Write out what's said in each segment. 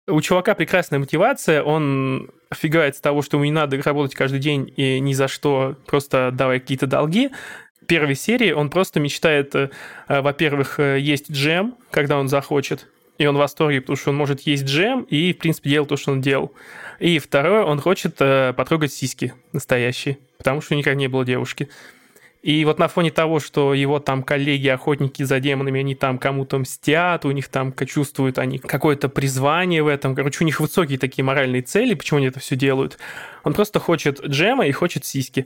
У чувака прекрасная мотивация, он офигевает с того, что ему не надо работать каждый день и ни за что просто давай какие-то долги. В первой серии он просто мечтает, во-первых, есть джем, когда он захочет, и он в восторге, потому что он может есть джем и, в принципе, делал то, что он делал. И второе, он хочет потрогать сиськи настоящие, потому что никогда не было девушки. И вот на фоне того, что его там коллеги-охотники за демонами, они там кому-то мстят, у них там чувствуют они какое-то призвание в этом. Короче, у них высокие такие моральные цели, почему они это все делают. Он просто хочет джема и хочет сиськи.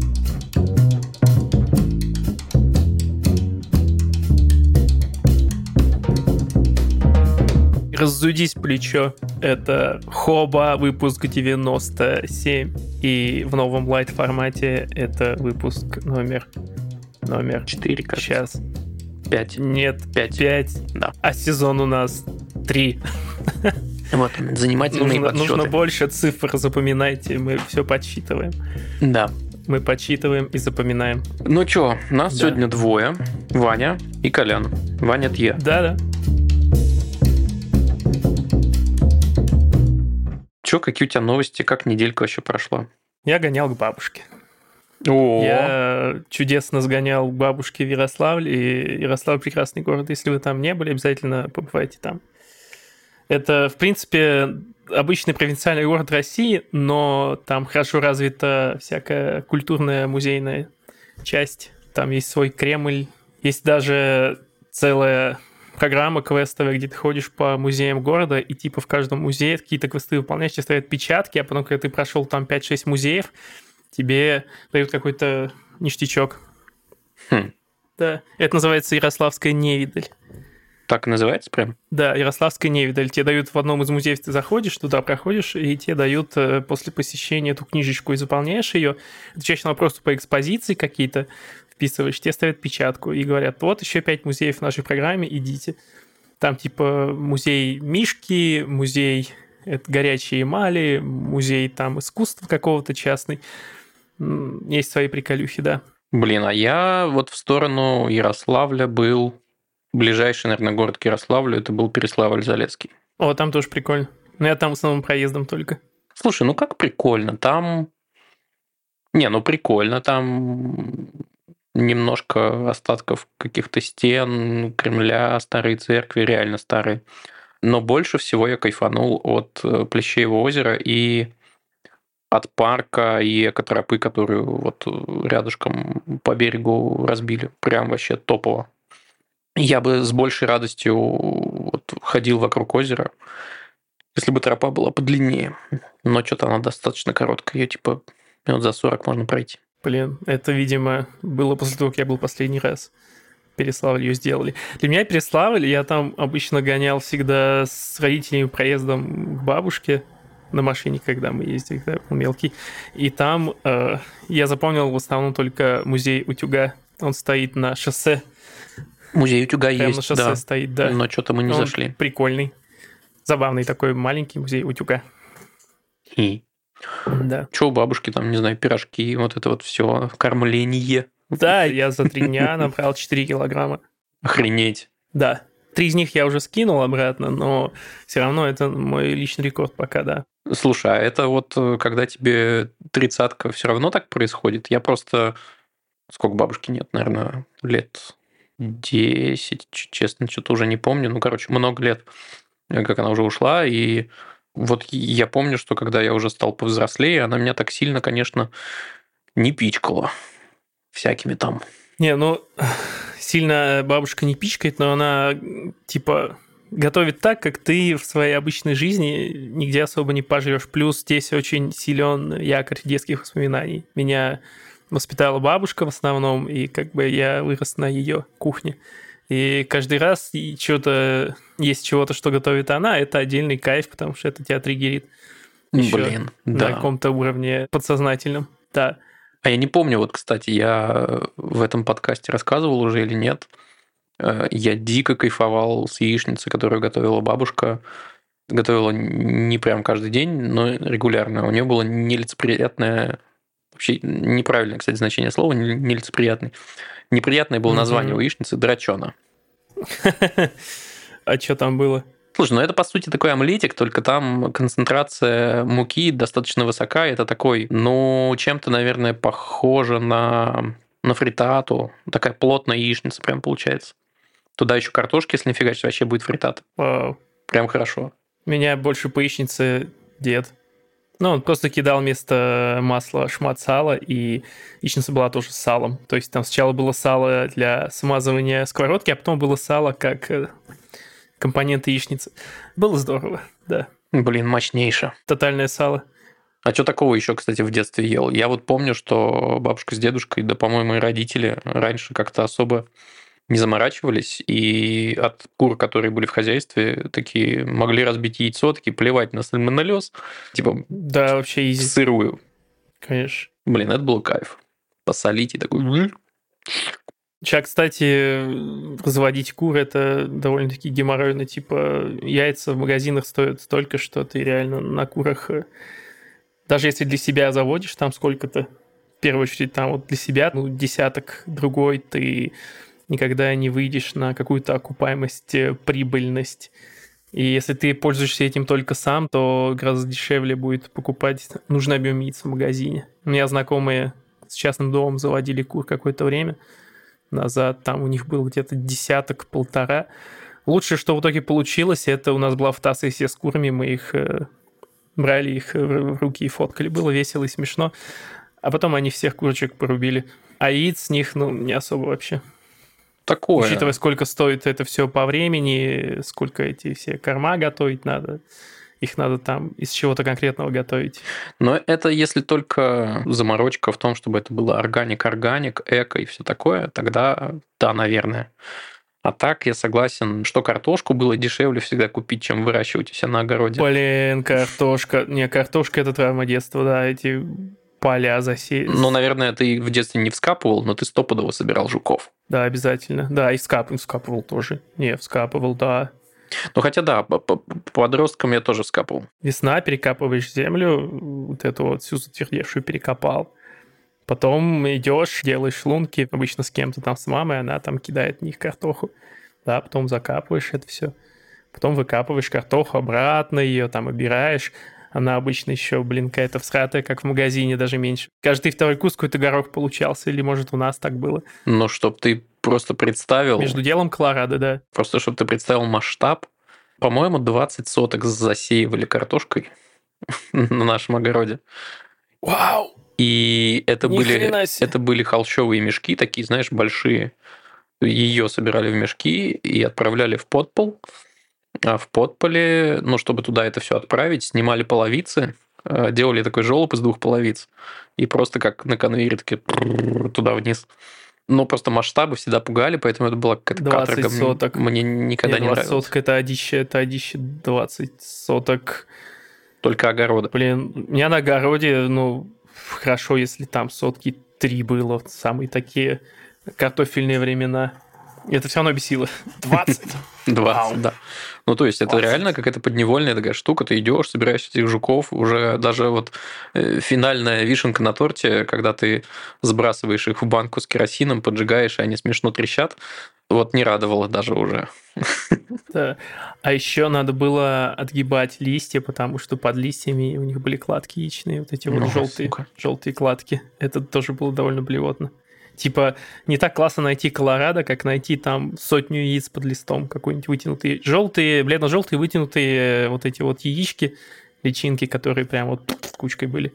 Разудись плечо. Это Хоба, выпуск 97. И в новом лайт-формате это выпуск номер 4, кажется. Сейчас. 5. Нет, 5. Да. А сезон у нас 3. Вот, занимательные подсчеты. Нужно больше цифр, запоминайте, мы все подсчитываем. Да. Мы подсчитываем и запоминаем. Ну чё, нас сегодня двое. Ваня и Колян. Ваня, это я. Да. Чё, какие у тебя новости? Как неделька вообще прошла? Я гонял к бабушке. О, Я чудесно сгонял к бабушке в Ярославль. И Ярославль прекрасный город. Если вы там не были, обязательно побывайте там. Это, в принципе, обычный провинциальный город России, но там хорошо развита всякая культурная музейная часть. Там есть свой Кремль, есть даже целая программа квестовая, где ты ходишь по музеям города, и типа в каждом музее какие-то квесты выполняешь, тебе ставят печатки, а потом, когда ты прошел там 5-6 музеев, тебе дают какой-то ништячок. Да, это называется Ярославская невидаль. так и называется прям? Да, Ярославская невидаль. Тебе дают в одном из музеев, ты заходишь, туда проходишь, и тебе дают после посещения эту книжечку и заполняешь ее. Отвечаешь на вопросы по экспозиции какие-то, вписываешь, тебе ставят печатку и говорят, вот еще 5 музеев в нашей программе, идите. Там типа музей Мишки, музей горячей эмали, музей там искусства какого-то частный. Есть свои приколюхи, да. Блин, а я вот в сторону Ярославля был... Ближайший, наверное, город к Ярославлю, это был Переславль-Залесский. О, там тоже прикольно. Но я там в основном проездом только. Слушай, ну как прикольно, там... Не, ну прикольно, там немножко остатков каких-то стен, Кремля, старые церкви, реально старые. Но больше всего я кайфанул от Плещеева озера и от парка и экотропы, которую вот рядышком по берегу разбили. Прям вообще топово. Я бы с большей радостью вот ходил вокруг озера, если бы тропа была подлиннее. Но что-то она достаточно короткая, ее типа минут за 40 можно пройти. Блин, это, видимо, было после того, как я был последний раз. Переславль ее сделали. Для меня Переславль, я там обычно гонял всегда с родителями проездом к бабушке на машине, когда мы ездили, когда я был мелкий. И там я запомнил в основном только музей утюга. Он стоит на шоссе. Музей утюга Прямо есть, на шоссе да. стоит, да. Но что-то мы не Он зашли. прикольный. Забавный такой маленький музей утюга. Да. Че у бабушки там, не знаю, пирожки, вот это вот все, кормление. Да, я за 3 дня набрал 4 килограмма. Охренеть. Да. 3 из них я уже скинул обратно, но все равно это мой личный рекорд пока, да. Слушай, а это вот когда тебе 30-ка все равно так происходит? Я просто... Сколько бабушки нет, наверное, лет 10, честно, что-то уже не помню. Ну, короче, много лет, как она уже ушла. И вот я помню, что когда я уже стал повзрослее, она меня так сильно, конечно, не пичкала всякими там. Не, ну, сильно бабушка не пичкает, но она, типа, готовит так, как ты в своей обычной жизни нигде особо не поживешь. Плюс здесь очень силен якорь детских воспоминаний. Меня воспитала бабушка в основном, и как бы я вырос на ее кухне. И каждый раз что-то есть чего-то, что готовит она, это отдельный кайф, потому что это тебя триггерит. Блин, да. На каком-то уровне подсознательном, да. А я не помню, вот, кстати, я в этом подкасте рассказывал уже или нет. Я дико кайфовал с яичницей, которую готовила бабушка. Готовила не прям каждый день, но регулярно. У нее было нелицеприятное... Вообще неправильное, кстати, значение слова, нелицеприятный. Неприятное было название у яичницы – драчона. А что там было? Слушай, ну это по сути такой омлетик, только там концентрация муки достаточно высока. Это такой, ну, чем-то, наверное, похоже на фритату. Такая плотная яичница прям получается. Туда еще картошки, если не фигачить, вообще будет фритата. Вау. Прям хорошо. Меня больше по яичнице дед. Ну, он просто кидал вместо масла шмат сала, и яичница была тоже с салом. То есть там сначала было сало для смазывания сковородки, а потом было сало как компонент яичницы. Было здорово, да. Блин, мощнейше. Тотальное сало. А что такого еще, кстати, в детстве ел? Я вот помню, что бабушка с дедушкой, да, по-моему, и родители раньше как-то особо не заморачивались, и от кур, которые были в хозяйстве, такие могли разбить яйцо, такие плевать на сальмонеллез, типа Да, вообще в изи, сырую. конечно. Блин, это был кайф. Посолить и такой... Сейчас, кстати, разводить кур это довольно-таки геморройно. Типа яйца в магазинах стоят столько, что ты реально на курах, даже если для себя заводишь, там сколько-то, в первую очередь, там вот для себя, ну, десяток другой, ты никогда не выйдешь на какую-то окупаемость, прибыльность. И если ты пользуешься этим только сам, то гораздо дешевле будет покупать нужный объем яиц в магазине. У меня знакомые с частным домом заводили кур какое-то время назад, там у них был где-то десяток-полтора. Лучшее, что в итоге получилось, это у нас была фотосессия с курами, мы их брали их в руки и фоткали. Было весело и смешно. А потом они всех курочек порубили. А яиц с них, ну, не особо вообще. Такое. Учитывая, сколько стоит это все по времени, сколько эти все корма готовить надо, их надо там из чего-то конкретного готовить. Но это если только заморочка в том, чтобы это было органик, эко и все такое, тогда да, наверное. А так я согласен, что картошку было дешевле всегда купить, чем выращивать у себя на огороде. Блин, картошка. Не, картошка – это травма детства, да, эти поля засеять. Ну, наверное, ты в детстве не вскапывал, но ты стопудово собирал жуков. Да, обязательно. Да, и вскапывал тоже. Не, вскапывал, да. Ну, хотя да, подросткам я тоже вскапывал. Весна, перекапываешь землю, вот эту вот всю затвердевшую перекопал. Потом идешь, делаешь лунки, обычно с кем-то там, с мамой, она там кидает в них картоху. Да, потом закапываешь это все. Потом выкапываешь картоху обратно, ее там обираешь. Она обычно еще, блин, какая-то всратая, как в магазине, даже меньше. Каждый второй кус какой-то горох получался, или, может, у нас так было. Ну, чтоб ты просто представил... Между делом Колорадо, да. Просто чтобы ты представил масштаб. По-моему, 20 соток засеивали картошкой на нашем огороде. Вау! И это были холщовые мешки, такие, знаешь, большие. Ее собирали в мешки и отправляли в подпол. А в подполе, ну, чтобы туда это все отправить, снимали половицы, делали такой желоб из 2 половиц. И просто как на конвейере такие туда вниз. Но просто масштабы всегда пугали, поэтому это была какая-то 20 каторга. соток. Мне никогда не 20 нравилось. соток это одище 20 соток. Только огорода. Блин, у меня на огороде, ну, хорошо, если там сотки 3 было, самые такие картофельные времена. И это все равно бесило. 20. 20, да. Ну, то есть, это 20. реально какая-то подневольная такая штука. Ты идешь, собираешь этих жуков, уже даже вот финальная вишенка на торте, когда ты сбрасываешь их в банку с керосином, поджигаешь, и они смешно трещат, вот не радовало даже уже. Да. А еще надо было отгибать листья, потому что под листьями у них были кладки яичные, вот эти вот желтые кладки. Это тоже было довольно блевотно. Типа, не так классно найти Колорадо, как найти там 100 яиц под листом, какой-нибудь вытянутые. Желтые, бледно-желтые вытянутые вот эти вот яички, личинки, которые прям вот кучкой были.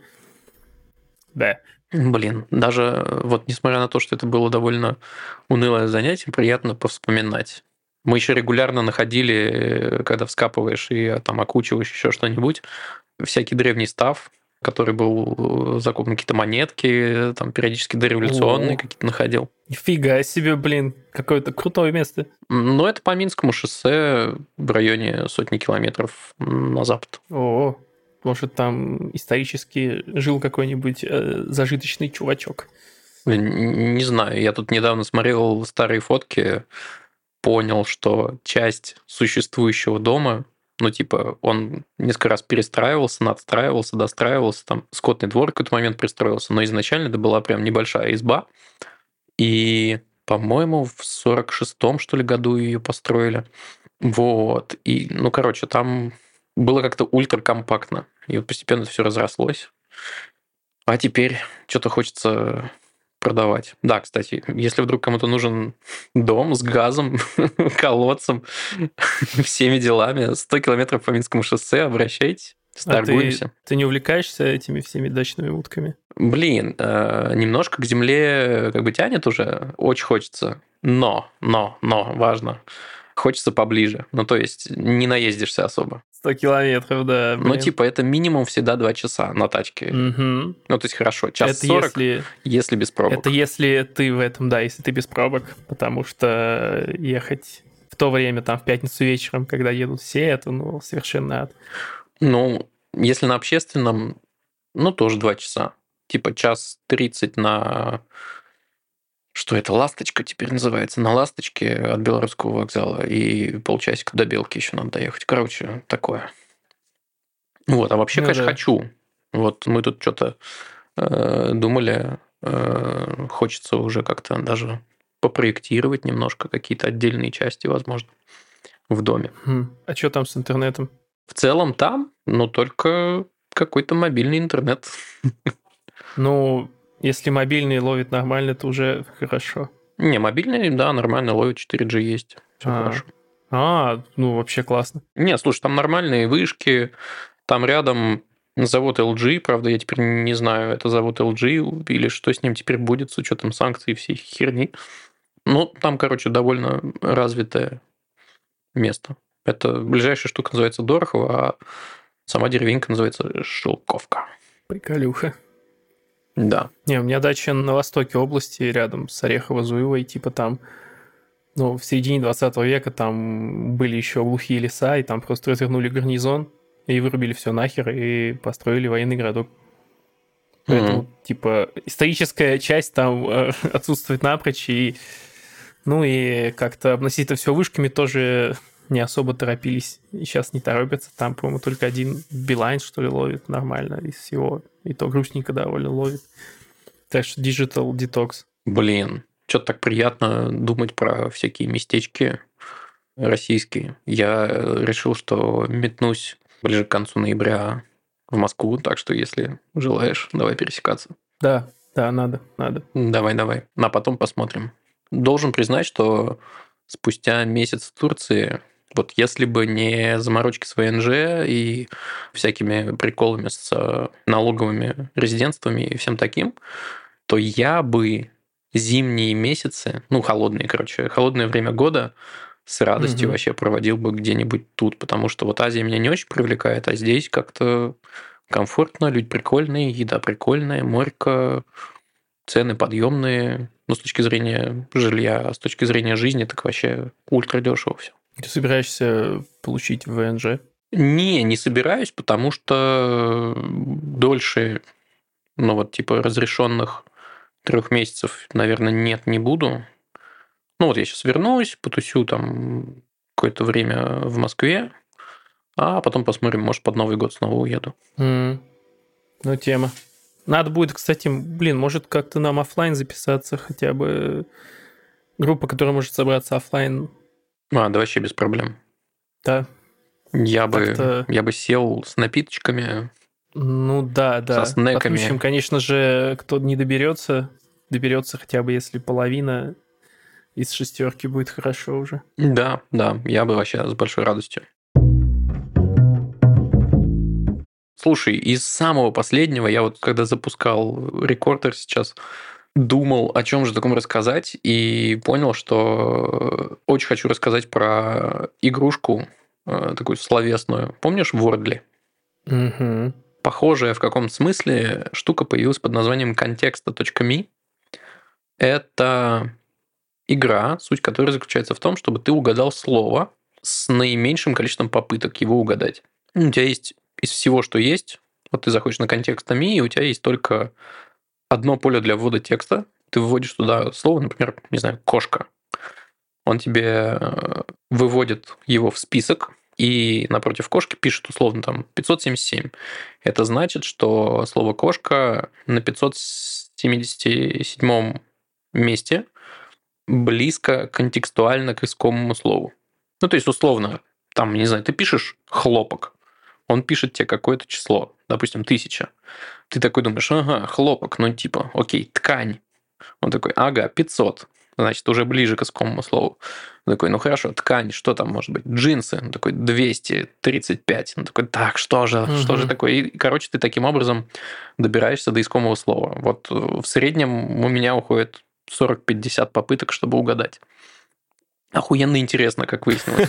Да. Блин, даже вот несмотря на то, что это было довольно унылое занятие, приятно повспоминать. Мы еще регулярно находили, когда вскапываешь и там окучиваешь еще что-нибудь, всякий древний став, который был закопан, какие-то монетки, там периодически дореволюционные какие-то находил. Нифига себе, блин, какое-то крутое место. Ну, это по Минскому шоссе в районе 100 километров на запад. О, может, там исторически жил какой-нибудь зажиточный чувачок. Не знаю, я тут недавно смотрел старые фотки, понял, что часть существующего дома, ну, типа, он несколько раз перестраивался, надстраивался, достраивался, там скотный двор в какой-то момент пристроился, но изначально это была прям небольшая изба, и, по-моему, в 46-м, что ли, году ее построили. Вот. И, ну, короче, там было как-то ультракомпактно. И вот постепенно это все разрослось. А теперь что-то хочется продавать. Да, кстати, если вдруг кому-то нужен дом с газом, колодцем, всеми делами, 100 километров по Минскому шоссе, обращайтесь, А торгуемся. ты не увлекаешься этими всеми дачными утками? Блин, немножко к земле как бы тянет уже, очень хочется. Но, важно, хочется поближе. Ну, то есть не наездишься особо. 100 километров, да, Ну, блин. типа, это минимум всегда 2 часа на тачке. Мгм. Ну, то есть хорошо, час Это 40, если... если без Это пробок. если ты в этом, да, если ты без пробок, потому что ехать в то время, там, в пятницу вечером, когда едут все, это, ну, совершенно ад. Ну, если на общественном, ну, тоже 2 часа. Типа час 30 на... Что это, «Ласточка» теперь называется? На «Ласточке» от Белорусского вокзала. И полчасика до Белки еще надо доехать. Короче, такое. Вот, а вообще, Ну конечно, да. хочу. Вот мы тут что-то думали, хочется уже как-то даже попроектировать немножко какие-то отдельные части, возможно, в доме. А что там с интернетом? В целом там, но только какой-то мобильный интернет. Ну, если мобильный ловит нормально, то уже хорошо. Не, мобильный, да, нормально ловит, 4G есть, все А, хорошо. ну вообще классно. Не, слушай, там нормальные вышки, там рядом завод LG, правда, я теперь не знаю, это завод LG или что с ним теперь будет с учетом санкций и всей херни. Ну, там, короче, довольно развитое место. Это ближайшая штука называется Дорохово, а сама деревенька называется Шелковка. Приколюха. Да. Не, у меня дача на востоке области, рядом с Орехово-Зуевой, типа там, ну, в середине 20 века там были еще глухие леса, и там просто развернули гарнизон, и вырубили все нахер, и построили военный городок. Поэтому, типа, историческая часть там отсутствует напрочь, и, ну, и как-то обносить это все вышками тоже не особо торопились. И сейчас не торопятся. Там, по-моему, только один Билайн, что ли, ловит нормально из всего. И то грустненько довольно ловит. Так что Digital Detox. Блин, что-то так приятно думать про всякие местечки российские. Я решил, что метнусь ближе к концу ноября в Москву, так что если желаешь, давай пересекаться. Да, надо. Давай. А потом посмотрим. Должен признать, что спустя месяц в Турции, вот если бы не заморочки с ВНЖ и всякими приколами с налоговыми резидентствами и всем таким, то я бы зимние месяцы, ну, холодные, короче, холодное время года с радостью вообще проводил бы где-нибудь тут, потому что вот Азия меня не очень привлекает, а здесь как-то комфортно, люди прикольные, еда прикольная, морька, цены подъемные, ну, с точки зрения жилья, а с точки зрения жизни, так вообще ультра дешево все. Ты собираешься получить ВНЖ? Не собираюсь, потому что дольше, ну, вот, типа, разрешенных 3 месяцев, наверное, нет, не буду. Ну, вот я сейчас вернусь, потусю там какое-то время в Москве, а потом посмотрим, может, под Новый год снова уеду. Ну, тема. Надо будет, кстати, может как-то нам оффлайн записаться, хотя бы группа, которая может собраться оффлайн. Да, вообще без проблем. Да. Я бы сел с напиточками, Ну да. со снеками. Подключим, конечно же, кто не доберется хотя бы если половина из 6 будет хорошо уже. Да, я бы вообще с большой радостью. Слушай, из самого последнего, я вот когда запускал рекордер сейчас, думал, о чем же таком рассказать, и понял, что очень хочу рассказать про игрушку такую словесную. Помнишь Wordly? Угу. Похожая в каком-то смысле штука появилась под названием Contexta.me. Это игра, суть которой заключается в том, чтобы ты угадал слово с наименьшим количеством попыток его угадать. У тебя есть из всего, что есть, вот ты заходишь на Contexta.me, и у тебя есть только одно поле для ввода текста. Ты вводишь туда слово, например, не знаю, кошка. Он тебе выводит его в список, и напротив кошки пишет условно там 577. Это значит, что слово кошка на 577 месте близко контекстуально к искомому слову. Ну, то есть, условно, там, не знаю, ты пишешь хлопок, он пишет тебе какое-то число, допустим, 1000. Ты такой думаешь, ага, хлопок, ну, типа, окей, ткань. Он такой, ага, 500. Значит, уже ближе к искомому слову. Он такой, ну хорошо, ткань, что там может быть? Джинсы. Он такой, 235. Он такой, так, что же такое? И, короче, ты таким образом добираешься до искомого слова. Вот в среднем у меня уходит 40-50 попыток, чтобы угадать. Охуенно интересно, как выяснилось.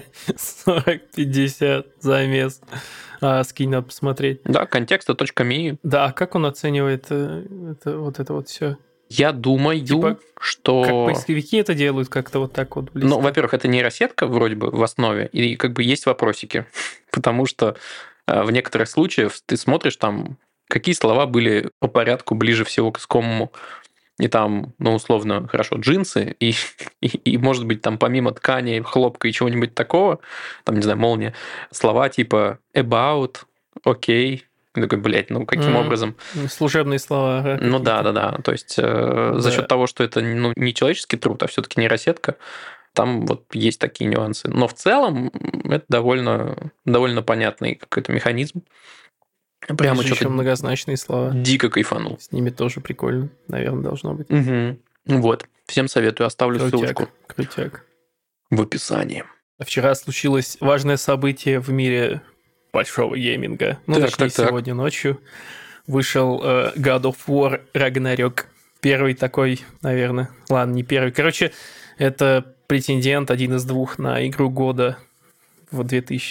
40-50 замес. Скинь, надо посмотреть. Да, контекста.ми. Да, а как он оценивает это вот все? Я думаю, Типа, что... Как поисковики это делают, как-то вот так вот близко. Ну, во-первых, это нейросетка вроде бы в основе, и как бы есть вопросики. Потому что в некоторых случаях ты смотришь там, какие слова были по порядку ближе всего к искомому. И там, ну, условно, хорошо, джинсы, и может быть, там помимо ткани, хлопка и чего-нибудь такого, там, не знаю, молния, слова типа about, окей. Я такой, блядь, ну каким образом? Служебные слова. Ну да. То есть за счет того, что это не человеческий труд, а все-таки нейросетка, там вот есть такие нюансы. Но в целом это довольно понятный какой-то механизм. Прямо что-то еще многозначные слова. Дико кайфанул. С ними тоже прикольно, наверное, должно быть. Угу. Вот. Всем советую, оставлю ссылочку. Крутяк. В описании. Вчера случилось важное событие в мире большого гейминга. Ну, точнее, сегодня ночью вышел God of War Ragnarok. Первый такой, наверное. Ладно, не первый. Короче, это претендент, один из двух на игру года в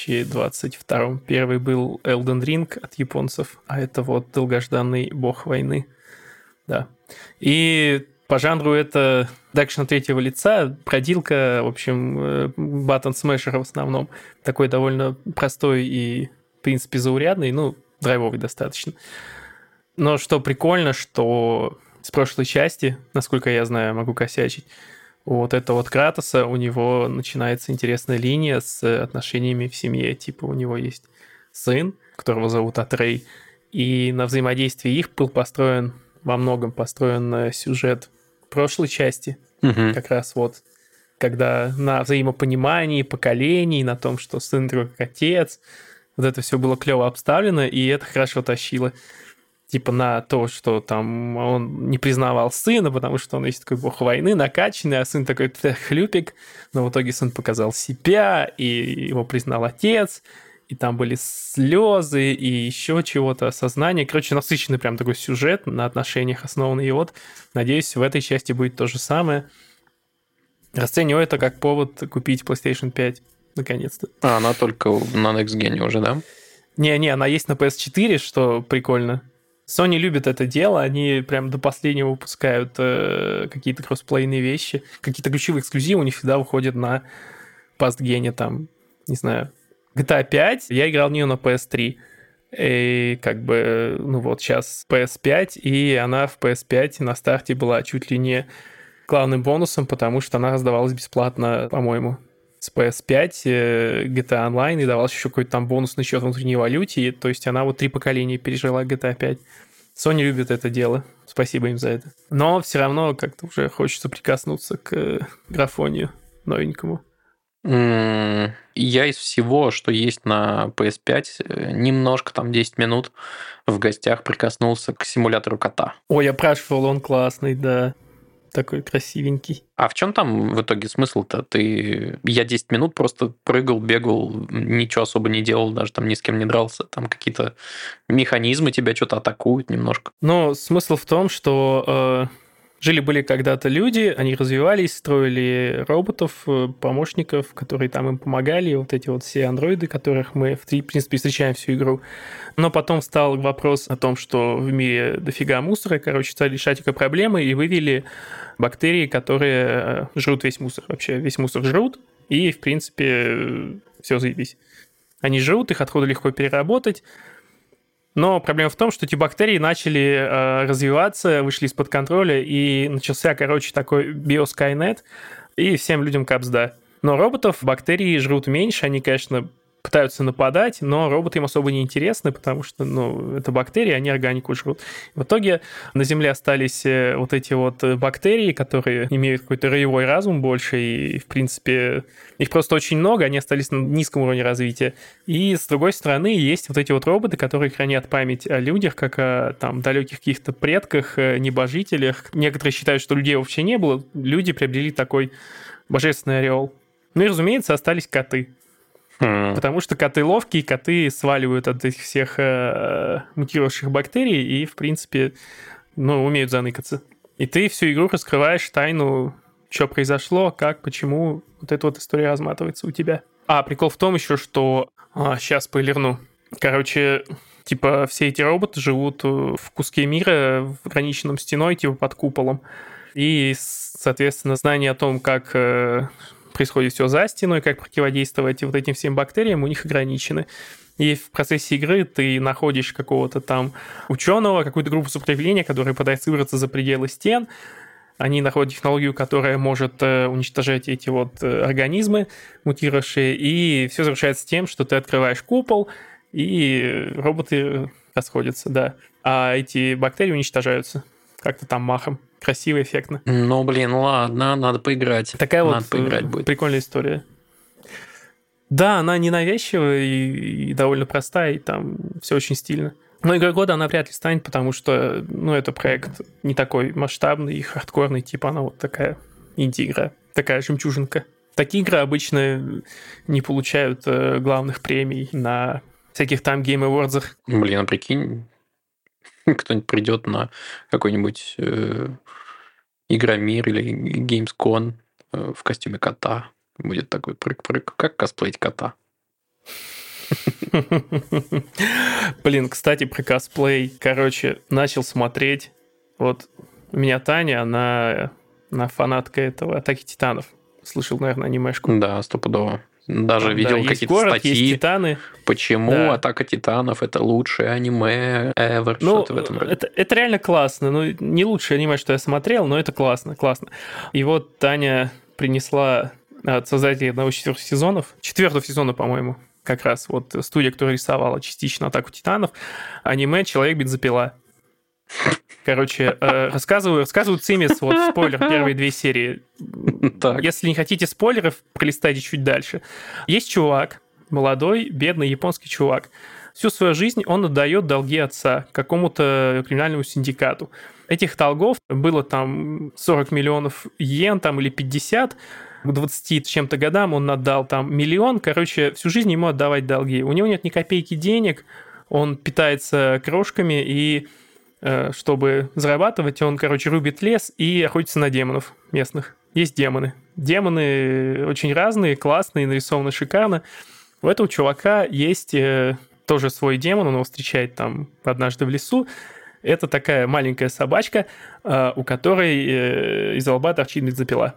2022. Первый был Elden Ring от японцев, а это вот долгожданный бог войны. Да. И по жанру это экшен от третьего лица, бродилка, в общем, баттон-смешер в основном. Такой довольно простой и, в принципе, заурядный, ну, драйвовый достаточно. Но что прикольно, что с прошлой части, насколько я знаю, могу косячить, вот это вот Кратоса, у него начинается интересная линия с отношениями в семье. Типа у него есть сын, которого зовут Атрей, и на взаимодействии их был во многом построен сюжет прошлой части, как раз вот, когда на взаимопонимании поколений, на том, что сын друг как отец, вот это все было клево обставлено, и это хорошо тащило. Типа на то, что там он не признавал сына, потому что он есть такой бог войны, накачанный, а сын такой хлюпик, но в итоге сын показал себя, и его признал отец, и там были слезы, и еще чего-то, осознание. Короче, насыщенный прям такой сюжет, на отношениях основанный. И вот, надеюсь, в этой части будет то же самое. Расцениваю это как повод купить PlayStation 5, наконец-то. А она только на Next Gen уже, да? Не, она есть на PS4, что прикольно. Sony любит это дело, они прям до последнего выпускают какие-то кроссплейные вещи. Какие-то ключевые эксклюзивы у них всегда выходят на пастгене, там, не знаю, GTA 5, я играл в нее на PS3. И как бы, ну вот, сейчас PS5, и она в PS5 на старте была чуть ли не главным бонусом, потому что она раздавалась бесплатно, по-моему, с PS5 GTA Online, и давался еще какой-то там бонус на счет внутренней валюте, то есть она вот 3 поколения пережила GTA 5. Sony любит это дело, спасибо им за это. Но все равно как-то уже хочется прикоснуться к графонию новенькому. Я из всего, что есть на PS5, немножко, там 10 минут в гостях прикоснулся к симулятору кота. Ой, я прошел, он классный, да. Такой красивенький. А в чем там в итоге смысл-то? Я 10 минут просто прыгал, бегал, ничего особо не делал, даже там ни с кем не дрался. Там какие-то механизмы тебя что-то атакуют немножко. Ну, смысл в том, что жили-были когда-то люди, они развивались, строили роботов, помощников, которые там им помогали, вот эти вот все андроиды, которых мы, в принципе, встречаем всю игру. Но потом встал вопрос о том, что в мире дофига мусора, короче, стали решать эти проблемы и вывели бактерии, которые жрут весь мусор. Вообще весь мусор жрут, и, в принципе, все заебись. Они жрут, их отходы легко переработать. Но проблема в том, что эти бактерии начали развиваться, вышли из-под контроля, и начался, короче, такой биоскайнет, и всем людям капсда. Но роботов бактерии жрут меньше, они, конечно, пытаются нападать, но роботы им особо не интересны, потому что, ну, это бактерии, они органику жрут. В итоге на Земле остались вот эти вот бактерии, которые имеют какой-то роевой разум больше, и, в принципе, их просто очень много, они остались на низком уровне развития. И, с другой стороны, есть вот эти вот роботы, которые хранят память о людях, как о там далеких каких-то предках, небожителях. Некоторые считают, что людей вообще не было. Люди приобрели такой божественный ореол. Ну и, разумеется, остались коты. Потому что коты ловкие, коты сваливают от этих всех мутировавших бактерий и, в принципе, ну, умеют заныкаться. И ты всю игру раскрываешь тайну, что произошло, как, почему вот эта вот история разматывается у тебя. А, прикол в том еще, что... сейчас спойлерну. Короче, типа, все эти роботы живут в куске мира, в ограниченном стеной, типа, под куполом. И, соответственно, знание о том, как происходит все за стеной, как противодействовать вот этим всем бактериям, у них ограничены. И в процессе игры ты находишь какого-то там ученого, какую-то группу сопротивления, которая пытается выбраться за пределы стен. Они находят технологию, которая может уничтожать эти вот организмы мутировавшие, и все завершается тем, что ты открываешь купол, и роботы расходятся, да. А эти бактерии уничтожаются как-то там махом. Красиво, эффектно. Ну, блин, ладно, надо поиграть. Такая надо вот поиграть будет. Прикольная история. Да, она ненавязчивая и довольно простая, и там все очень стильно. Но игрой года она вряд ли станет, потому что, ну, это проект не такой масштабный и хардкорный, типа она вот такая инди-игра, такая жемчужинка. Такие игры обычно не получают главных премий на всяких там Game Awards. Блин, а прикинь, кто-нибудь придет на какой-нибудь Игромир или Gamescom в костюме кота. Будет такой прыг-прыг. Как косплеить кота? Блин, кстати, про косплей. Короче, начал смотреть. Вот у меня Таня, она фанатка этого «Атаки Титанов». Слышал, наверное, анимешку. Да, стопудово. Даже видел есть какие-то город, статьи. Есть Титаны. Почему Да. «Атака Титанов» — это лучшее аниме ever. Ну, что-то в этом роде. это реально классно. Ну, не лучшее аниме, что я смотрел, но это классно. И вот Таня принесла от создателей одного из 4 сезонов, 4 сезона, по-моему, как раз вот студия, которая рисовала частично «Атаку Титанов», аниме «Человек-бензопила». Короче, рассказывают цимис, вот спойлер, первые 2 серии. Так. Если не хотите спойлеров, пролистайте чуть дальше. Есть чувак, молодой, бедный японский чувак. Всю свою жизнь он отдает долги отца какому-то криминальному синдикату. Этих долгов было там 40 миллионов йен там, или 50. К 20 чем-то годам он отдал там 1 миллион. Короче, всю жизнь ему отдавать долги. У него нет ни копейки денег, он питается крошками, и чтобы зарабатывать, он, короче, рубит лес и охотится на демонов местных. Есть демоны. Демоны очень разные, классные, нарисованы шикарно. У этого чувака есть тоже свой демон, он его встречает там однажды в лесу. Это такая маленькая собачка, у которой из лба торчит бензопила.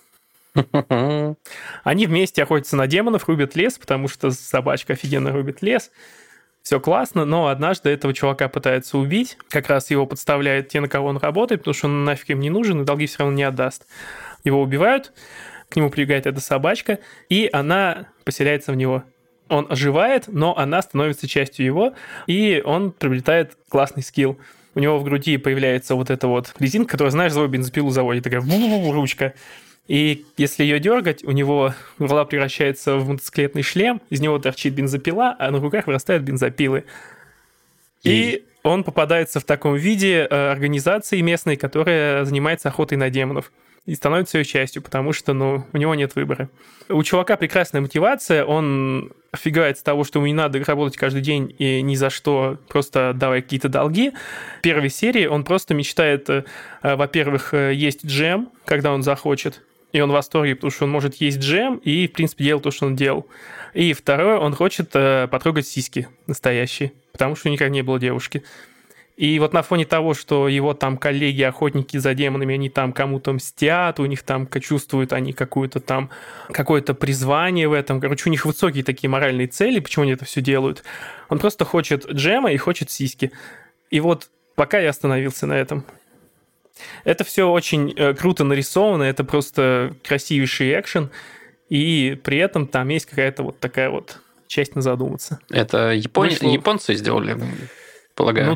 Они вместе охотятся на демонов, рубят лес, потому что собачка офигенно рубит лес. Все классно, но однажды этого чувака пытаются убить. Как раз его подставляют те, на кого он работает, потому что он нафиг им не нужен, и долги все равно не отдаст. Его убивают, к нему прибегает эта собачка, и она поселяется в него. Он оживает, но она становится частью его, и он приобретает классный скилл. У него в груди появляется вот эта вот резинка, которая, знаешь, за бензопилу заводит, такая ручка. И если ее дергать, у него голова превращается в мотоциклетный шлем, из него торчит бензопила, а на руках вырастают бензопилы. И он попадается в таком виде организации местной, которая занимается охотой на демонов. И становится ее частью, потому что, ну, у него нет выбора. У чувака прекрасная мотивация, он офигевает с того, что ему не надо работать каждый день и ни за что, просто отдавая какие-то долги. В первой серии он просто мечтает, во-первых, есть джем, когда он захочет, и он в восторге, потому что он может есть джем и, в принципе, делал то, что он делал. И второе, он хочет потрогать сиськи настоящие, потому что никогда не было девушки. И вот на фоне того, что его там коллеги-охотники за демонами, они там кому-то мстят, у них там чувствуют они какое-то призвание в этом. Короче, у них высокие такие моральные цели, почему они это все делают. Он просто хочет джема и хочет сиськи. И вот пока я остановился на этом. Это все очень круто нарисовано, это просто красивейший экшен, и при этом там есть какая-то вот такая вот честно задуматься. Это японцы сделали, полагаю.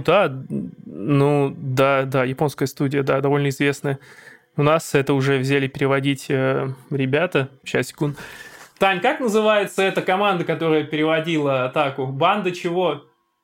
Да, японская студия, да, довольно известная. У нас это уже взяли переводить ребята. Сейчас, секунду. Тань, как называется эта команда, которая переводила атаку? Банда чего?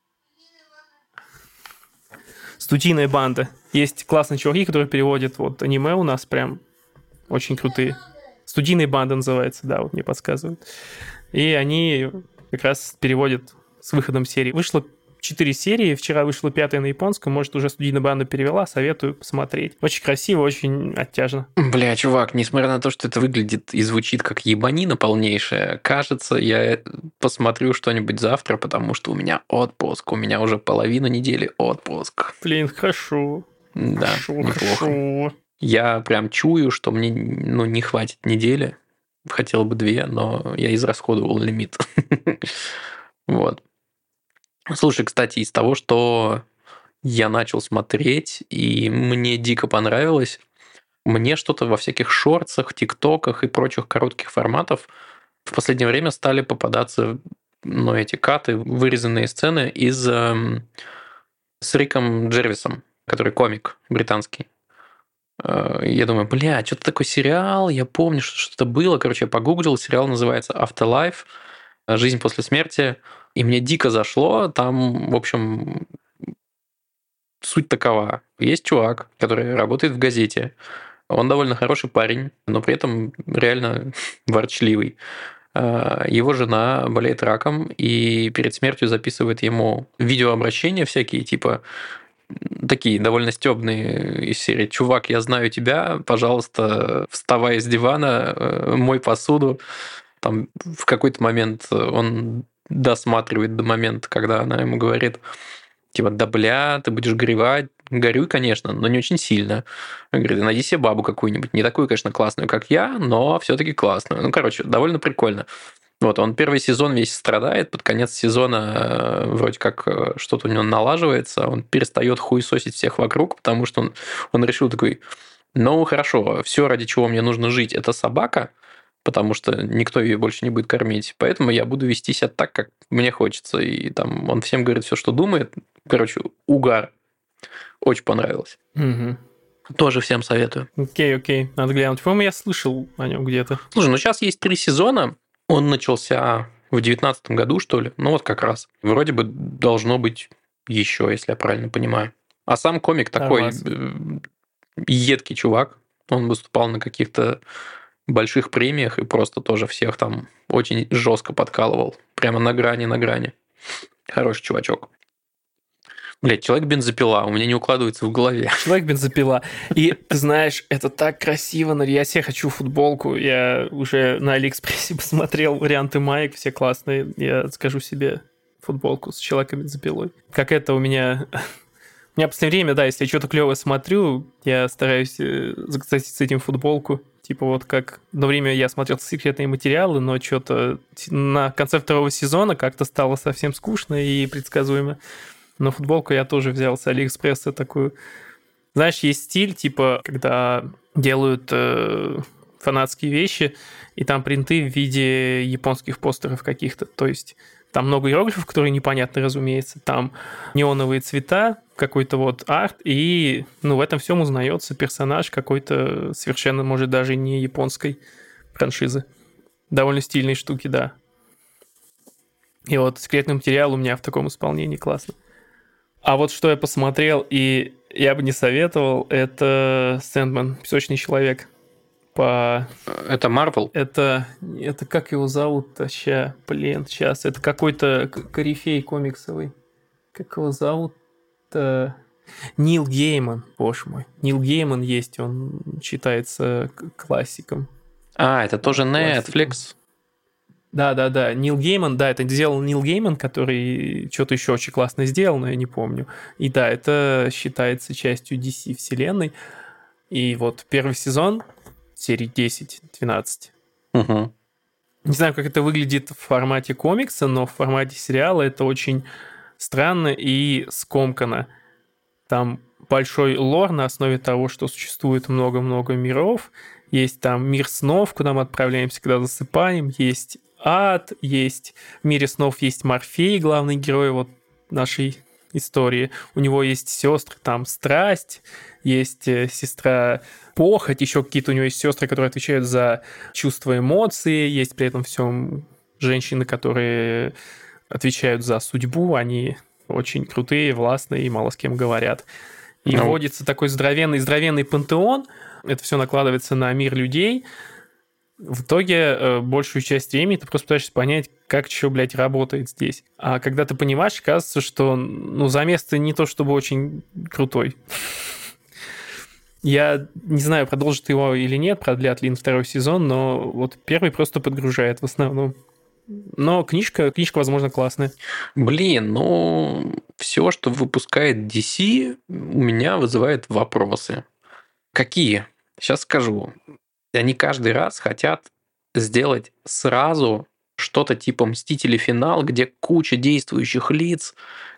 Студийная банда. Есть классные чуваки, которые переводят вот аниме у нас прям очень крутые. Студийная банда называется, да, вот мне подсказывают. И они как раз переводят с выходом серии. Вышло 4 серии, вчера вышла 5-я на японском, может, уже студийная банда перевела, советую посмотреть. Очень красиво, очень оттяжно. Бля, чувак, несмотря на то, что это выглядит и звучит как ебанина полнейшая, кажется, я посмотрю что-нибудь завтра, потому что у меня отпуск, у меня уже половина недели отпуск. Блин, хорошо. Да, хорошо, неплохо. Хорошо. Я прям чую, что мне не хватит недели, хотел бы 2, но я израсходовал лимит. Вот. Слушай, кстати, из того, что я начал смотреть, и мне дико понравилось, мне что-то во всяких шортсах, тиктоках и прочих коротких форматов в последнее время стали попадаться, эти каты, вырезанные сцены с Риком Джервисом, который комик британский. Я думаю, что-то такой сериал, я помню, что что-то было. Короче, я погуглил, сериал называется Afterlife, «Жизнь после смерти». И мне дико зашло. Там, в общем, суть такова. Есть чувак, который работает в газете. Он довольно хороший парень, но при этом реально ворчливый. Его жена болеет раком и перед смертью записывает ему видеообращения всякие, типа такие довольно стебные из серии: «Чувак, я знаю тебя, пожалуйста, вставай с дивана, мой посуду». Там в какой-то момент он досматривает до момента, когда она ему говорит, типа, да ты будешь горевать. Горюй, конечно, но не очень сильно. Он говорит, найди себе бабу какую-нибудь. Не такую, конечно, классную, как я, но все-таки классную. Короче, довольно прикольно. Вот, он первый сезон весь страдает, под конец сезона вроде как что-то у него налаживается, он перестает хуесосить всех вокруг, потому что он решил такой, хорошо, все, ради чего мне нужно жить, это собака, потому что никто ее больше не будет кормить, поэтому я буду вести себя так, как мне хочется. И там он всем говорит все, что думает. Короче, угар. Очень понравилось. Угу. Тоже всем советую. Окей, надо глянуть. По-моему, я слышал о нем где-то. Слушай, сейчас есть 3 сезона. Он начался в 2019 году, что ли. Вот как раз. Вроде бы должно быть еще, если я правильно понимаю. А сам комик такой едкий чувак. Он выступал на каких-то больших премиях и просто тоже всех там очень жестко подкалывал. Прямо на грани. Хороший чувачок. Человек-бензопила. У меня не укладывается в голове. Человек-бензопила. И ты знаешь, это так красиво. Я себе хочу футболку. Я уже на Алиэкспрессе посмотрел варианты маек, все классные. Я скажу себе футболку с Человеком-бензопилой. Как это у меня... У меня в последнее время, да, если я что-то клевое смотрю, я стараюсь заказать с этим футболку. Типа вот как одно время я смотрел секретные материалы, но что-то на конце 2-го сезона как-то стало совсем скучно и предсказуемо. Но футболку я тоже взял с Алиэкспресса такую. Знаешь, есть стиль, типа, когда делают фанатские вещи, и там принты в виде японских постеров каких-то. То есть там много иероглифов, которые непонятны, разумеется. Там неоновые цвета, какой-то вот арт, и в этом всем узнается персонаж какой-то совершенно, может, даже не японской франшизы. Довольно стильные штуки, да. И вот секретный материал у меня в таком исполнении классно. А вот что я посмотрел, и я бы не советовал, это «Сэндман», «Песочный человек». Это Марвел? Это как его зовут-то? Сейчас. Это какой-то корифей комиксовый. Как его зовут-то? Нил Гейман, боже мой. Нил Гейман есть, он считается классиком. Это тоже Netflix? Да. Нил Гейман, да, это сделал Нил Гейман, который что-то еще очень классно сделал, но я не помню. И да, это считается частью DC вселенной. И вот первый сезон, серии 10-12. Угу. Не знаю, как это выглядит в формате комикса, но в формате сериала это очень странно и скомканно. Там большой лор на основе того, что существует много-много миров. Есть там мир снов, куда мы отправляемся, когда засыпаем. Есть ад, есть в мире снов есть Морфей, главный герой вот нашей истории. У него есть сестры, там страсть, есть сестра похоть, еще какие-то у него есть сестры, которые отвечают за чувства, эмоции, есть при этом всем женщины, которые отвечают за судьбу, они очень крутые, властные и мало с кем говорят. И вводится такой здоровенный пантеон, это все накладывается на мир людей. В итоге большую часть времени ты просто пытаешься понять, как что, блядь, работает здесь. А когда ты понимаешь, оказывается, что замес ты не то чтобы очень крутой. Я не знаю, продолжит его или нет, продлят ли второй сезон, но вот первый просто подгружает в основном. Но книжка, возможно, классная. Блин, все, что выпускает DC, у меня вызывает вопросы. Какие? Сейчас скажу. Они каждый раз хотят сделать сразу что-то типа «Мстители. Финал», где куча действующих лиц,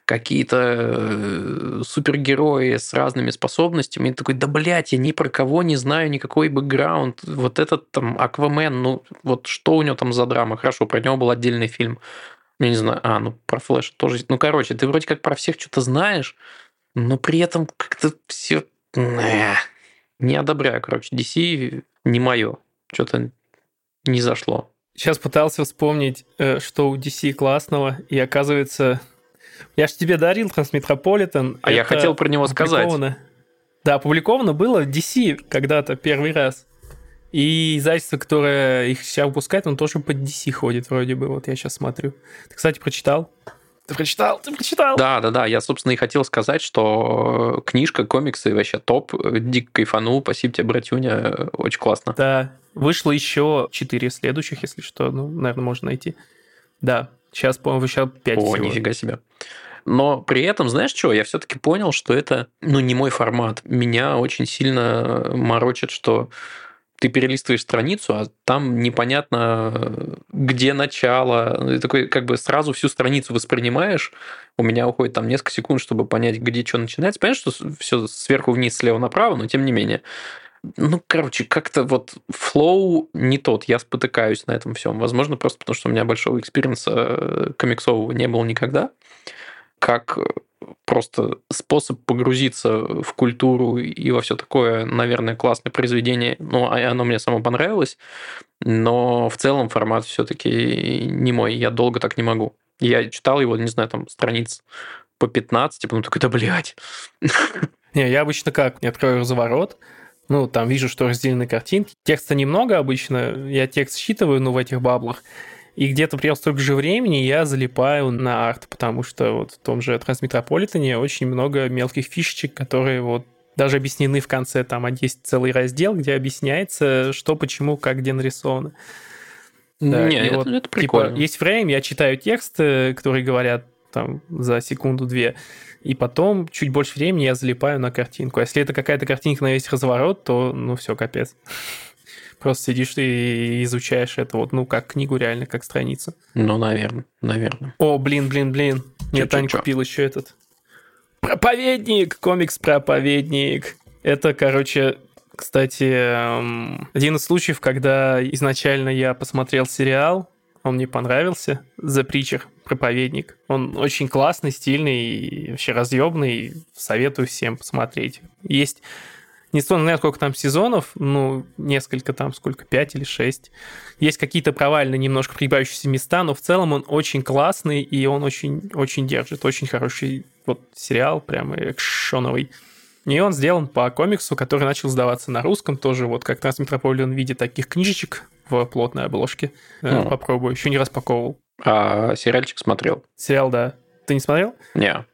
какие-то супергерои с разными способностями. И такой, да, блядь, я ни про кого не знаю, никакой бэкграунд. Вот этот там Аквамен, вот что у него там за драма? Хорошо, про него был отдельный фильм. Я не знаю, про Флэша тоже. Короче, ты вроде как про всех что-то знаешь, но при этом как-то все... Не одобряю, короче. DC не мое. Что-то не зашло. Сейчас пытался вспомнить, что у DC классного, и оказывается... Я же тебе дарил Трансметрополитен. А я хотел про него сказать. Да, опубликовано было в DC когда-то первый раз. И издательство, которое их сейчас выпускает, он тоже под DC ходит вроде бы. Вот я сейчас смотрю. Ты, кстати, прочитал? Ты прочитал? Да. Я, собственно, и хотел сказать, что книжка, комиксы вообще топ. Дико кайфанул. Спасибо тебе, братюня. Очень классно. Да. Вышло еще 4 следующих, если что. Наверное, можно найти. Да. Сейчас, по-моему, вышло 5 всего. О, нифига себе. Но при этом, знаешь что, я все-таки понял, что это, не мой формат. Меня очень сильно морочит, что ты перелистываешь страницу, а там непонятно, где начало. Ты такой, как бы сразу всю страницу воспринимаешь. У меня уходит там несколько секунд, чтобы понять, где что начинается. Понятно, что все сверху вниз, слева направо, но тем не менее. Короче, как-то вот флоу не тот. Я спотыкаюсь на этом всем. Возможно, просто потому, что у меня большого экспириенса комиксового не было никогда. Как просто способ погрузиться в культуру и во все такое, наверное, классное произведение. Оно мне само понравилось, но в целом формат все-таки не мой. Я долго так не могу. Я читал его, не знаю, там страниц по 15, потом такой, да, блядь. Не, я обычно как? Я открою разворот, там вижу, что разделены картинки. Текста немного обычно, я текст считываю, в этих баблах. И где-то примерно столько же времени я залипаю на арт, потому что вот в том же Трансметрополитене очень много мелких фишечек, которые вот даже объяснены в конце. Там есть целый раздел, где объясняется, что, почему, как, где нарисовано. Да, это прикольно. Есть фрейм, я читаю тексты, которые говорят там за секунду-две, и потом чуть больше времени я залипаю на картинку. А если это какая-то картинка на весь разворот, то, все, капец. Просто сидишь и изучаешь это как книгу реально, как страницу. Наверное. О, блин. Мне Таня купил еще этот. Проповедник! Комикс «Проповедник». Это, короче, кстати, один из случаев, когда изначально я посмотрел сериал, он мне понравился, The Preacher, «Проповедник». Он очень классный, стильный и вообще разъебный. Советую всем посмотреть. Есть... Не знаю, сколько там сезонов, несколько там, 5 или 6. Есть какие-то провальные, немножко пригибающиеся места, но в целом он очень классный, и он очень, очень держит. Очень хороший сериал, прямо экшоновый. И он сделан по комиксу, который начал сдаваться на русском, тоже как Трансметрополитен в виде таких книжечек в плотной обложке. Попробую, еще не распаковывал. А сериальчик смотрел? Сериал, да. Ты не смотрел? Не.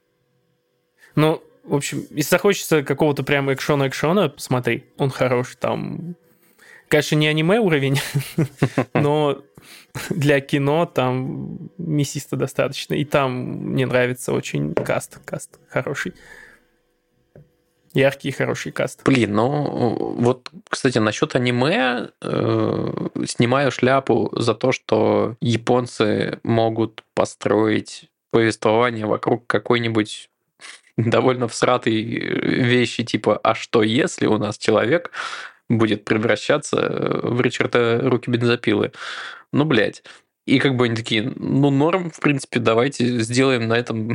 В общем, если захочется какого-то прям экшона, посмотри, он хороший, там, конечно, не аниме уровень, но для кино там мясисто достаточно, и там мне нравится очень каст хороший. Яркий и хороший каст. Блин, кстати, насчет аниме снимаю шляпу за то, что японцы могут построить повествование вокруг какой-нибудь довольно всратой вещи, типа «А что если у нас человек будет превращаться в Ричарда Руки Бензопилы?» Блядь. И как бы они такие, ну, норм, в принципе, давайте сделаем на этом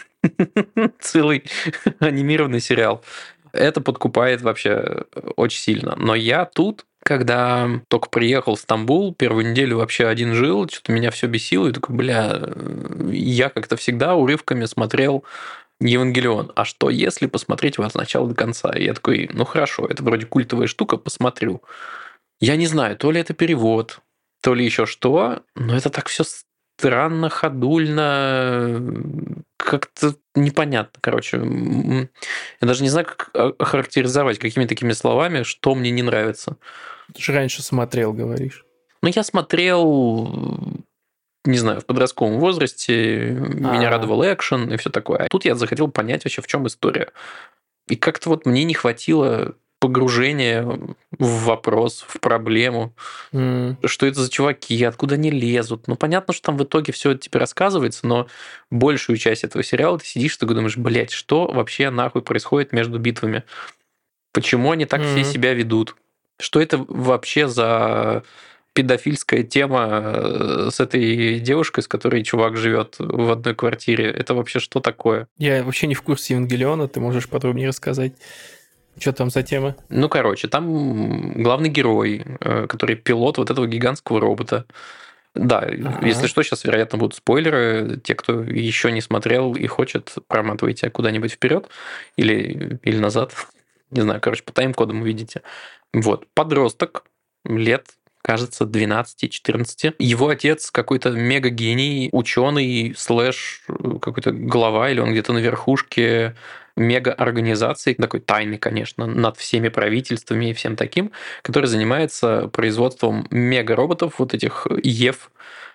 целый анимированный сериал. Это подкупает вообще очень сильно. Но я тут, когда только приехал в Стамбул, первую неделю вообще один жил, что-то меня все бесило, и такой, бля, я как-то всегда урывками смотрел Евангелион. А что, если посмотреть его от начала до конца? И я такой, ну хорошо, это вроде культовая штука, посмотрю. Я не знаю, то ли это перевод, то ли еще что, но это так все странно, ходульно, как-то непонятно, короче. Я даже не знаю, как охарактеризовать какими такими словами, что мне не нравится. Ты же раньше смотрел, говоришь. Ну, я смотрел, не знаю, в подростковом возрасте, меня радовал экшен и все такое. А тут я захотел понять вообще, в чем история. И как-то вот мне не хватило погружения в вопрос, в проблему, что это за чуваки, откуда они лезут. Ну, понятно, что там в итоге все это тебе рассказывается, но большую часть этого сериала ты сидишь, ты думаешь, блядь, что вообще нахуй происходит между битвами? Почему они так все себя ведут? Что это вообще за педофильская тема с этой девушкой, с которой чувак живет в одной квартире? Это вообще что такое? Я вообще не в курсе Евангелиона, ты можешь подробнее рассказать? Что там за тема? Ну, короче, там главный герой, который пилот вот этого гигантского робота. Да, если что, сейчас, вероятно, будут спойлеры. Те, кто еще не смотрел и хочет, проматывайте куда-нибудь вперед или назад. Не знаю, короче, по тайм-кодам увидите. Вот, подросток, лет, кажется, 12-14. Его отец какой-то мега-гений, ученый, слэш какой-то глава, или он где-то на верхушке мега-организации, такой тайный, конечно, над всеми правительствами и всем таким, который занимается производством мега-роботов, вот этих ЕВ,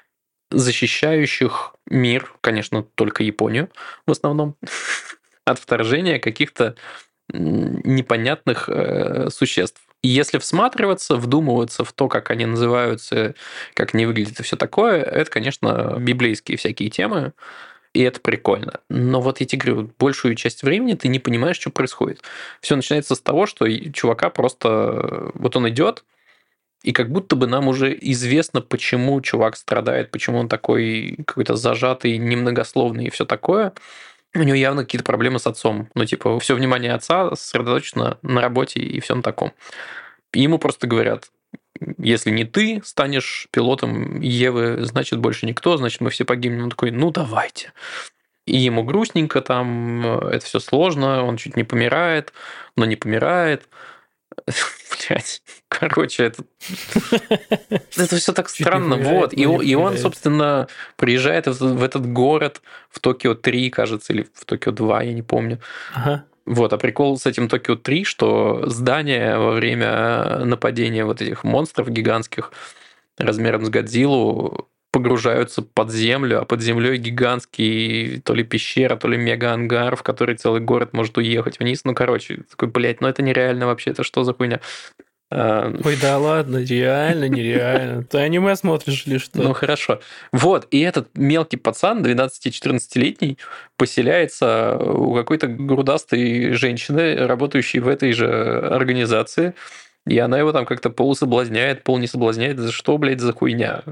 защищающих мир, конечно, только Японию в основном, от вторжения каких-то непонятных существ. И если всматриваться, вдумываться в то, как они называются, как они выглядят и все такое, это, конечно, библейские всякие темы, и это прикольно. Но вот я тебе говорю, большую часть времени ты не понимаешь, что происходит. Все начинается с того, что чувака просто... Вот он идет, и как будто бы нам уже известно, почему чувак страдает, почему он такой какой-то зажатый, немногословный и все такое. У него явно какие-то проблемы с отцом. Ну, типа, все внимание отца сосредоточено на работе и всем таком. И ему просто говорят, если не ты станешь пилотом Евы, значит, больше никто, значит, мы все погибнем. Он такой, ну, давайте. И ему грустненько там, это все сложно, он чуть не помирает, но не помирает. Блять, короче, это все так странно. Вот. И он, собственно, приезжает в этот город, в Токио 3, кажется, или в Токио 2, я не помню. Вот, а прикол с этим Токио 3, что здания во время нападения вот этих монстров гигантских размером с Годзиллу погружаются под землю, а под землей гигантский то ли пещера, то ли мега-ангар, в который целый город может уехать вниз. Ну, короче, такой, блядь, ну это нереально вообще, это что за хуйня? Ой, да ладно, реально, нереально. Ты аниме смотришь или что? Ну, хорошо. Вот, и этот мелкий пацан, 12-14-летний, поселяется у какой-то грудастой женщины, работающей в этой же организации, и она его там как-то полусоблазняет, пол не соблазняет. За что, блядь, за хуйня?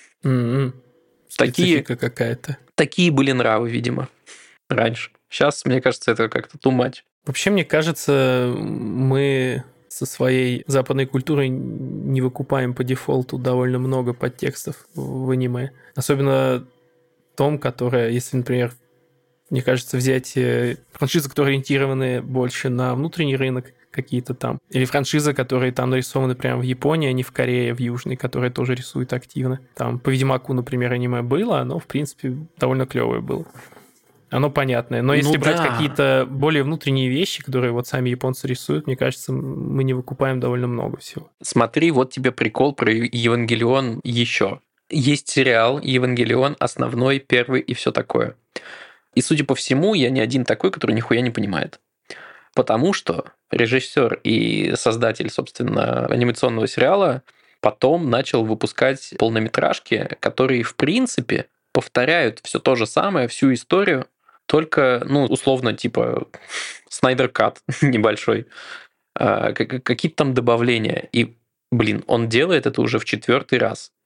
Специфика какая-то. Такие были нравы, видимо, раньше. Сейчас, мне кажется, это как-то too much. Вообще, мне кажется, мы со своей западной культурой не выкупаем по дефолту довольно много подтекстов в аниме. Особенно том, которое, если, например, мне кажется, взять франшизы, которые ориентированы больше на внутренний рынок, какие-то там. Или франшизы, которые там нарисованы прямо в Японии, а не в Корее, в Южной, которые тоже рисуют активно. Там по Ведьмаку, например, аниме было, оно, в принципе, довольно клевое было. Оно понятное. Но если брать какие-то более внутренние вещи, которые вот сами японцы рисуют, мне кажется, мы не выкупаем довольно много всего. Смотри, вот тебе прикол про Евангелион еще. Есть сериал Евангелион, основной, первый и все такое. И, судя по всему, я не один такой, который нихуя не понимает. Потому что режиссер и создатель, собственно, анимационного сериала потом начал выпускать полнометражки, которые, в принципе, повторяют все то же самое, всю историю, только, ну, условно, типа Снайдер Кат небольшой. Какие-то там добавления. И, блин, он делает это уже в 4-й раз.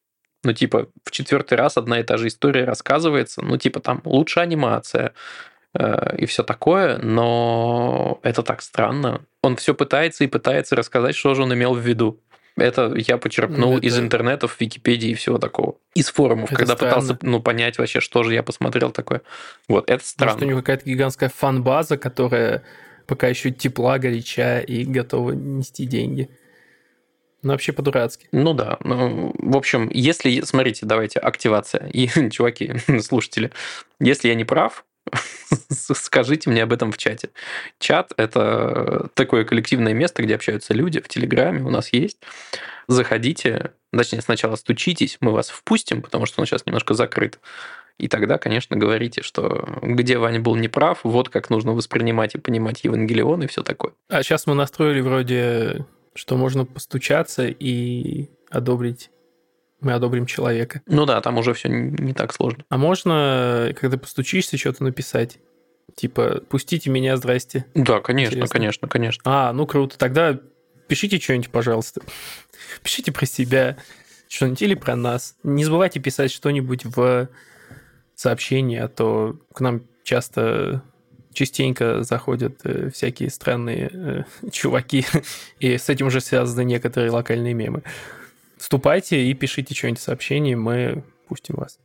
Ну, типа, в 4-й раз одна и та же история рассказывается. Ну, типа, там лучше анимация и все такое, но это так странно. Он все пытается и пытается рассказать, что же он имел в виду. Это я почерпнул из интернетов, Википедии и всего такого. Из форумов, это когда странно. пытался понять вообще, что же я посмотрел такое. Вот, это странно. Может, у него какая-то гигантская фан-база, которая пока еще тепла, горяча и готова нести деньги. Ну, вообще по-дурацки. Ну да. Ну, в общем, если... Смотрите, давайте, активация. И, чуваки, слушатели, если я не прав, скажите мне об этом в чате. Чат – это такое коллективное место, где общаются люди. В Телеграме у нас есть. Заходите, точнее, сначала стучитесь, мы вас впустим, потому что он сейчас немножко закрыт. И тогда, конечно, говорите, что где Ваня был неправ, вот как нужно воспринимать и понимать Евангелион и все такое. А сейчас мы настроили вроде, что можно постучаться и одобрить. Мы одобрим человека. Ну да, там уже все не так сложно. А можно, когда постучишься, что-то написать? Типа, пустите меня, здрасте. Да, конечно, Интересно. конечно. А, ну круто. Тогда пишите что-нибудь, пожалуйста. Пишите про себя, что-нибудь или про нас. Не забывайте писать что-нибудь в сообщения, а то к нам частенько заходят всякие странные чуваки, и с этим уже связаны некоторые локальные мемы. Вступайте и пишите что-нибудь в сообщении, мы пустим вас.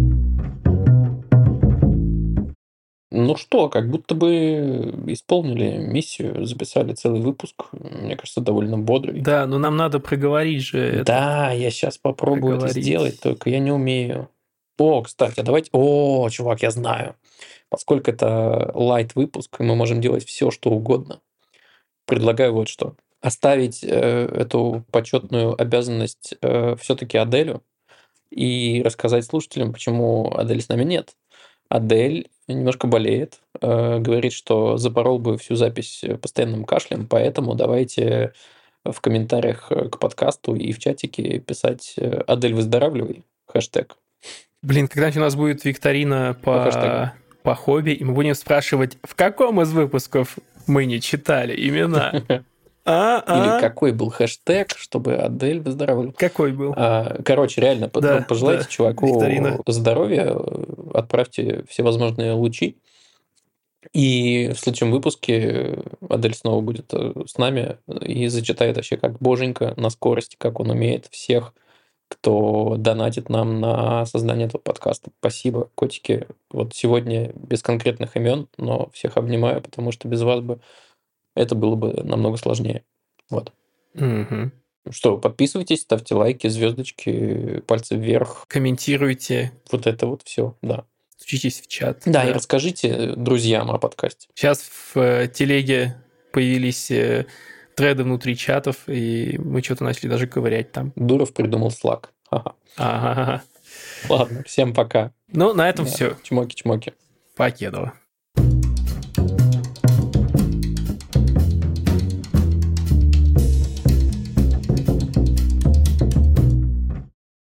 Ну что, как будто бы исполнили миссию, записали целый выпуск. Мне кажется, довольно бодрый. Да, но нам надо проговорить же Да, я сейчас попробую это сделать, только я не умею. О, кстати, давайте... О, чувак, я знаю. Поскольку это лайт-выпуск, мы можем делать все, что угодно. Предлагаю вот что. Оставить эту почетную обязанность все-таки Аделю и рассказать слушателям, почему Адели с нами нет. Адель немножко болеет, говорит, что запорол бы всю запись постоянным кашлем, поэтому давайте в комментариях к подкасту и в чатике писать «Адель, выздоравливай», хэштег. Блин, когда-нибудь у нас будет викторина по хобби, и мы будем спрашивать, в каком из выпусков мы не читали имена. Или какой был хэштег, чтобы Адель выздоравливала. Какой был? Короче, реально, пожелайте чуваку викторина. Здоровья, отправьте всевозможные лучи. И в следующем выпуске Адель снова будет с нами и зачитает вообще как боженька на скорости, как он умеет всех, кто донатит нам на создание этого подкаста. Спасибо, котики. Вот сегодня без конкретных имен, но всех обнимаю, потому что без вас бы это было бы намного сложнее. Вот. Угу. Что, подписывайтесь, ставьте лайки, звездочки, пальцы вверх. Комментируйте. Вот это вот все, да. Стучитесь в чат. Да, и расскажите друзьям о подкасте. Сейчас в телеге появились треды внутри чатов, и мы что-то начали даже ковырять там. Дуров придумал Slack. Ага. Ладно, всем пока. Ну, на этом все. Чмоки-чмоки. Покедова.